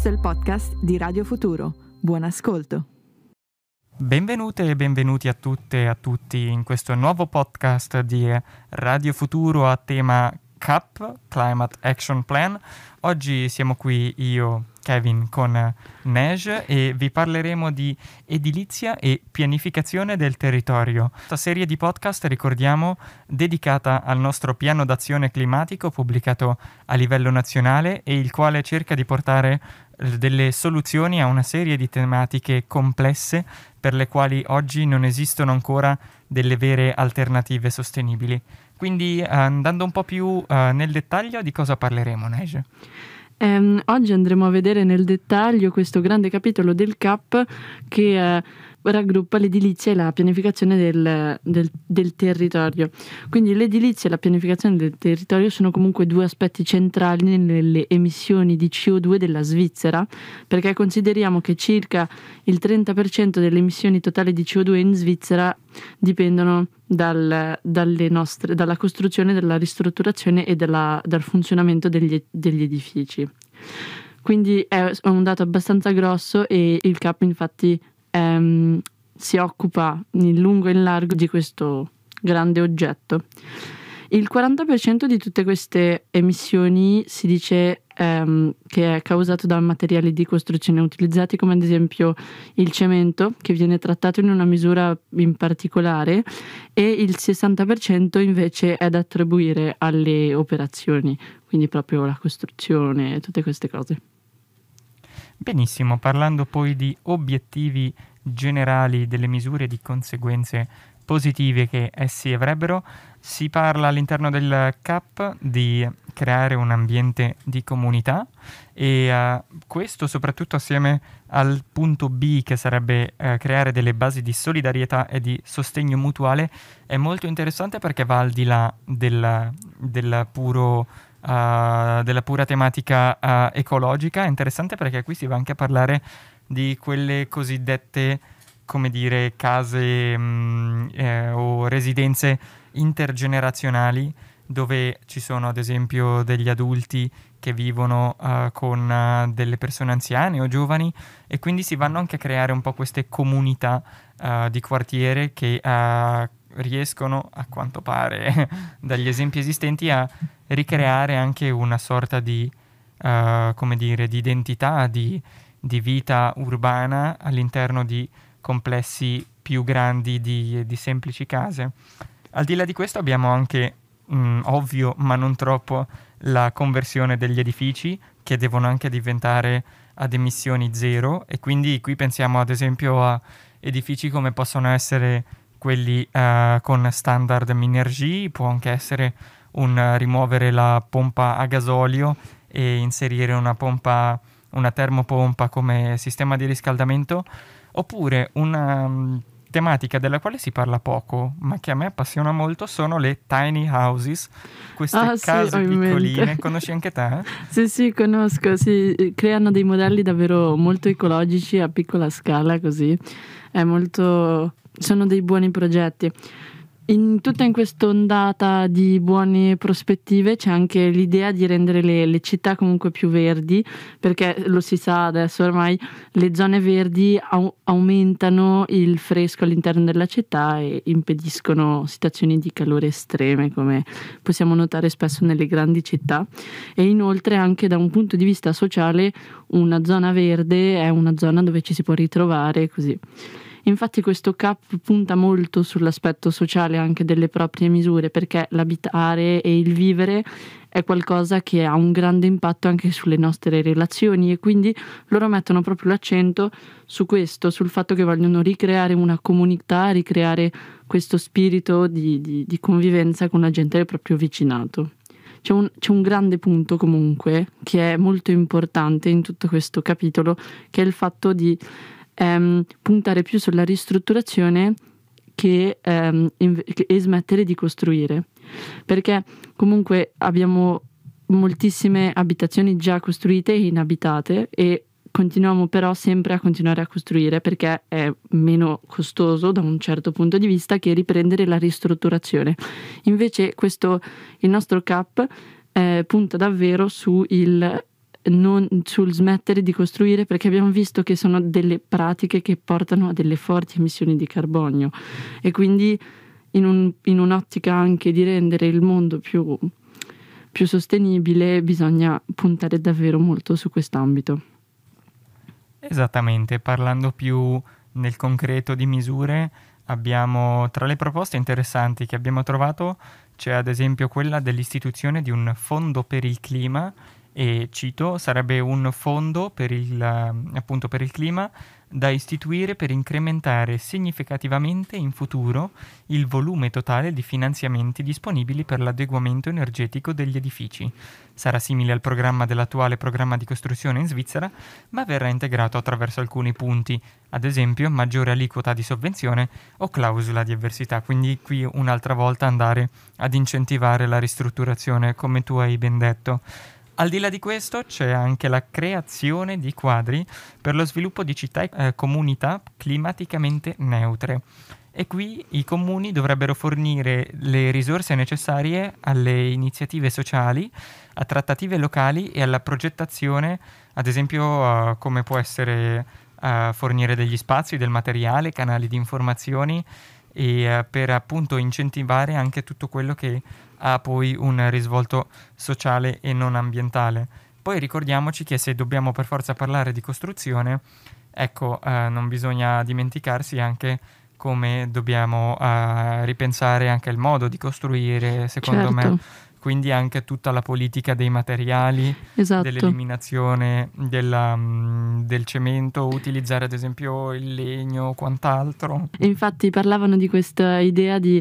Questo è il podcast di Radio Futuro. Buon ascolto. Benvenute e benvenuti a tutte e a tutti in questo nuovo podcast di Radio Futuro a tema CAP, Climate Action Plan. Oggi siamo qui io, Kevin, con Nej e vi parleremo di edilizia e pianificazione del territorio. Questa serie di podcast, ricordiamo, dedicata al nostro piano d'azione climatico pubblicato a livello nazionale e il quale cerca di portare delle soluzioni a una serie di tematiche complesse per le quali oggi non esistono ancora delle vere alternative sostenibili. Quindi andando un po' più nel dettaglio, di cosa parleremo, Nej? Oggi andremo a vedere nel dettaglio questo grande capitolo del CAP che raggruppa l'edilizia e la pianificazione del territorio. Quindi l'edilizia e la pianificazione del territorio sono comunque due aspetti centrali nelle emissioni di CO2 della Svizzera, perché consideriamo che circa il 30% delle emissioni totali di CO2 in Svizzera dipendono dalla costruzione, dalla ristrutturazione e dal funzionamento degli edifici. Quindi è un dato abbastanza grosso e il CAP infatti si occupa in lungo e in largo di questo grande oggetto. Il 40% di tutte queste emissioni si dice che è causato da materiali di costruzione utilizzati, come ad esempio il cemento, che viene trattato in una misura in particolare, e il 60% invece è da attribuire alle operazioni, quindi proprio la costruzione e tutte queste cose. Benissimo, parlando poi di obiettivi generali delle misure di conseguenze positive che essi avrebbero, si parla all'interno del CAP di creare un ambiente di comunità e questo soprattutto assieme al punto B, che sarebbe creare delle basi di solidarietà e di sostegno mutuale, è molto interessante perché va al di là della pura tematica ecologica. È interessante perché qui si va anche a parlare di quelle cosiddette, come dire, case o residenze intergenerazionali, dove ci sono ad esempio degli adulti che vivono con delle persone anziane o giovani, e quindi si vanno anche a creare un po' queste comunità di quartiere che riescono, a quanto pare dagli esempi esistenti, a ricreare anche una sorta di come dire, di identità, di vita urbana all'interno di complessi più grandi di semplici case. Al di là di questo abbiamo anche, ovvio ma non troppo, la conversione degli edifici, che devono anche diventare ad emissioni zero, e quindi qui pensiamo ad esempio a edifici come possono essere quelli con standard Minergie, può anche essere rimuovere la pompa a gasolio e inserire una termopompa come sistema di riscaldamento, oppure una tematica della quale si parla poco, ma che a me appassiona molto, sono le tiny houses, queste case piccoline. Conosci anche te? Sì, conosco. Si creano dei modelli davvero molto ecologici a piccola scala, così. Sono dei buoni progetti. In questa ondata di buone prospettive c'è anche l'idea di rendere le città comunque più verdi, perché lo si sa adesso ormai, le zone verdi aumentano il fresco all'interno della città e impediscono situazioni di calore estreme, come possiamo notare spesso nelle grandi città. E inoltre anche da un punto di vista sociale una zona verde è una zona dove ci si può ritrovare, così. Infatti questo CAP punta molto sull'aspetto sociale anche delle proprie misure, perché l'abitare e il vivere è qualcosa che ha un grande impatto anche sulle nostre relazioni, e quindi loro mettono proprio l'accento su questo, sul fatto che vogliono ricreare una comunità, ricreare questo spirito di convivenza con la gente del proprio vicinato. C'è un grande punto comunque che è molto importante in tutto questo capitolo, che è il fatto di puntare più sulla ristrutturazione che smettere di costruire, perché comunque abbiamo moltissime abitazioni già costruite e inabitate, e continuiamo però sempre a continuare a costruire perché è meno costoso da un certo punto di vista che riprendere la ristrutturazione. Invece il nostro CAP punta davvero su sul smettere di costruire, perché abbiamo visto che sono delle pratiche che portano a delle forti emissioni di carbonio, e quindi in un'ottica anche di rendere il mondo più sostenibile bisogna puntare davvero molto su quest'ambito. Esattamente, parlando più nel concreto di misure, abbiamo tra le proposte interessanti che abbiamo trovato c'è ad esempio quella dell'istituzione di un fondo per il clima, e cito, sarebbe un fondo per appunto per il clima da istituire per incrementare significativamente in futuro il volume totale di finanziamenti disponibili per l'adeguamento energetico degli edifici. Sarà simile al programma dell'attuale programma di costruzione in Svizzera, ma verrà integrato attraverso alcuni punti, ad esempio maggiore aliquota di sovvenzione o clausola di avversità. Quindi qui un'altra volta andare ad incentivare la ristrutturazione, come tu hai ben detto. Al di là di questo c'è anche la creazione di quadri per lo sviluppo di città e comunità climaticamente neutre. E qui i comuni dovrebbero fornire le risorse necessarie alle iniziative sociali, a trattative locali e alla progettazione, ad esempio come può essere fornire degli spazi, del materiale, canali di informazioni, e per appunto incentivare anche tutto quello che ha poi un risvolto sociale e non ambientale. Poi ricordiamoci che se dobbiamo per forza parlare di costruzione, ecco, non bisogna dimenticarsi anche come dobbiamo ripensare anche il modo di costruire, secondo me. Quindi anche tutta la politica dei materiali, dell'eliminazione del cemento, utilizzare ad esempio il legno o quant'altro. E infatti parlavano di questa idea di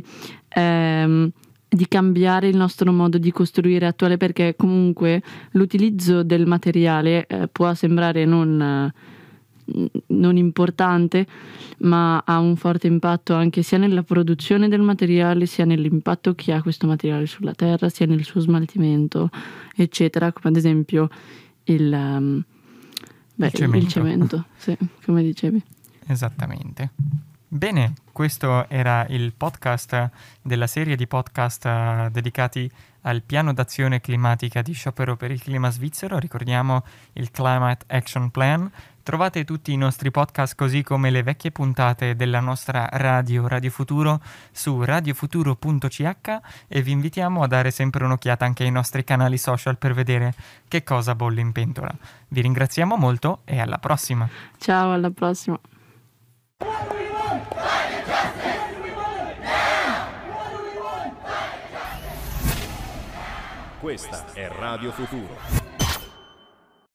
cambiare il nostro modo di costruire attuale, perché comunque l'utilizzo del materiale può sembrare non importante, ma ha un forte impatto anche sia nella produzione del materiale, sia nell'impatto che ha questo materiale sulla terra, sia nel suo smaltimento, eccetera, come ad esempio il cemento, sì, come dicevi. Esattamente. Bene, questo era il podcast della serie di podcast dedicati al piano d'azione climatica di Sciopero per il Clima Svizzero. Ricordiamo il Climate Action Plan. Trovate tutti i nostri podcast, così come le vecchie puntate della nostra Radio Futuro, su radiofuturo.ch, e vi invitiamo a dare sempre un'occhiata anche ai nostri canali social per vedere che cosa bolle in pentola. Vi ringraziamo molto e alla prossima. Ciao, alla prossima. Questa è Radio Futuro.